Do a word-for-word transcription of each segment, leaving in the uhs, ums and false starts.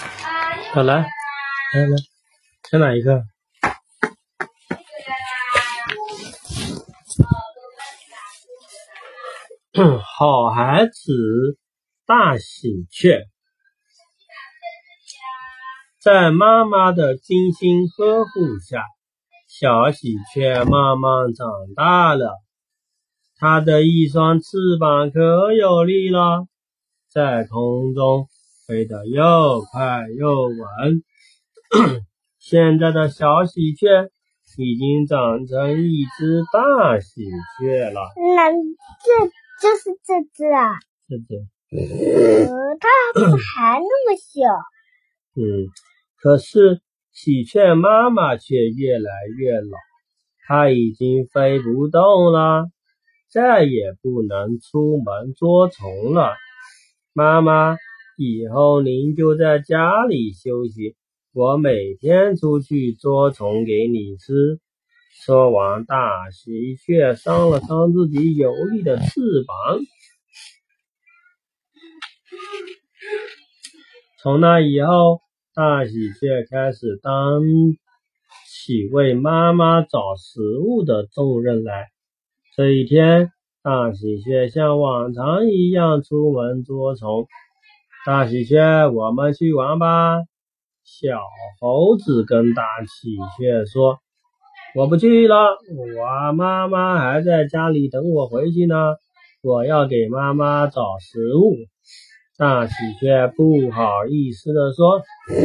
好，来，来来，选哪一个？好孩子大喜鹊。在妈妈的精心呵护下，小喜鹊慢慢长大了。它的一双翅膀可有力了，在空中飞得又快又稳。现在的小喜鹊已经长成一只大喜鹊了。 那这就是这只啊？ 这只。 嗯，它还那么小。 嗯，可是喜鹊妈妈却越来越老，它已经飞不动了，再也不能出门捉虫了。妈妈，以后您就在家里休息，我每天出去捉虫给你吃。说完，大喜鹊扇了扇自己有力的翅膀。从那以后，大喜鹊开始当起为妈妈找食物的重任来。这一天，大喜鹊像往常一样出门捉虫。大喜鹊，我们去玩吧。小猴子跟大喜鹊说，我不去了，我妈妈还在家里等我回去呢，我要给妈妈找食物。大喜鹊不好意思地说。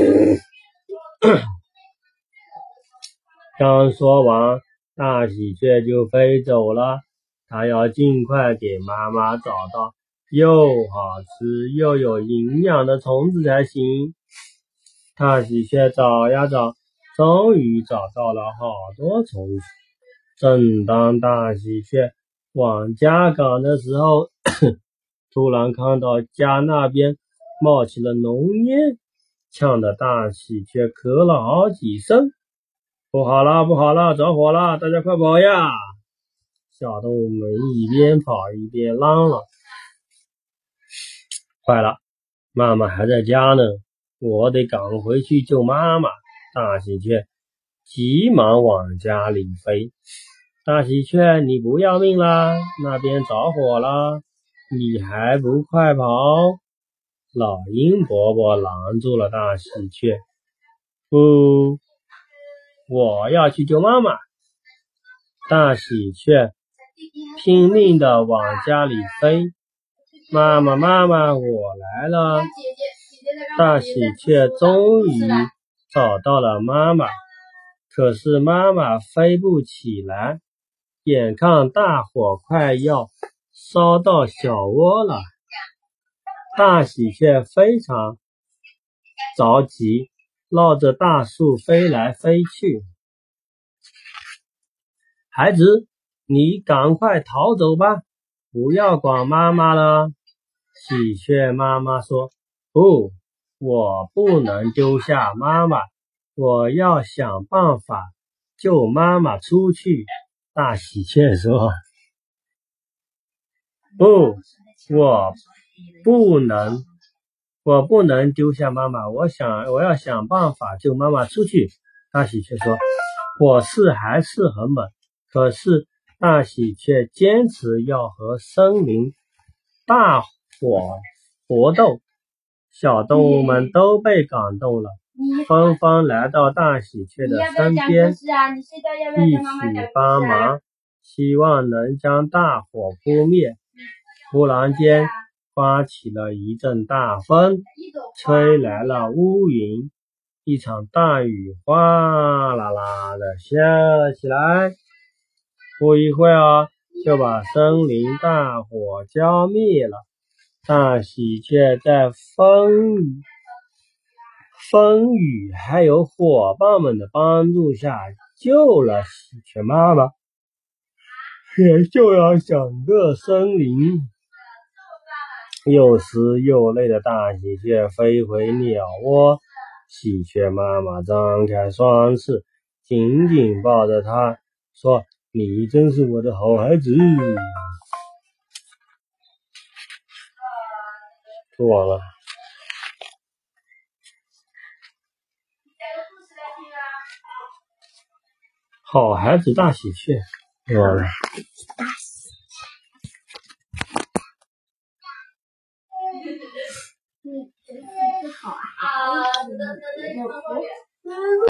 刚说完，大喜鹊就飞走了。它要尽快给妈妈找到又好吃又有营养的虫子才行。大喜鹊找呀找，终于找到了好多虫子。正当大喜鹊往家赶的时候，突然看到家那边冒起了浓烟，呛得大喜鹊咳了好几声。不好了，不好了，着火了，大家快跑呀！小动物们一边跑一边嚷嚷。坏了，妈妈还在家呢，我得赶回去救妈妈。大喜鹊急忙往家里飞。大喜鹊，你不要命啦，那边着火了，你还不快跑！老鹰伯伯拦住了大喜鹊。不，我要去救妈妈。大喜鹊拼命地往家里飞。妈妈妈妈，我来了。大喜鹊终于找到了妈妈，可是妈妈飞不起来，眼看大火快要烧到小窝了。大喜鹊非常着急，绕着大树飞来飞去。孩子，你赶快逃走吧，不要管妈妈了。喜鹊妈妈说，不，我不能丢下妈妈，我要想办法救妈妈出去。大喜鹊说，不，我不能，我不能丢下妈妈，我想，我要想办法救妈妈出去。大喜鹊说，火势还是很猛，可是大喜鹊坚持要和森林大火搏斗。小动物们都被感动了，纷纷来到大喜鹊的身边，一起帮忙，希望能将大火扑灭。忽然间，刮起了一阵大风，吹来了乌云，一场大雨哗啦啦的下了起来。不一会儿，就把森林大火浇灭了。大喜鹊在风雨、风雨还有伙伴们的帮助下，救了喜鹊妈妈，也救了整个森林。又湿又累的大喜鹊飞回鸟窝，喜鹊妈妈张开双翅，紧紧抱着它，说：“你真是我的好孩子。”说完了。 好孩子大喜鹊，我了。 大喜。你真是个好孩子。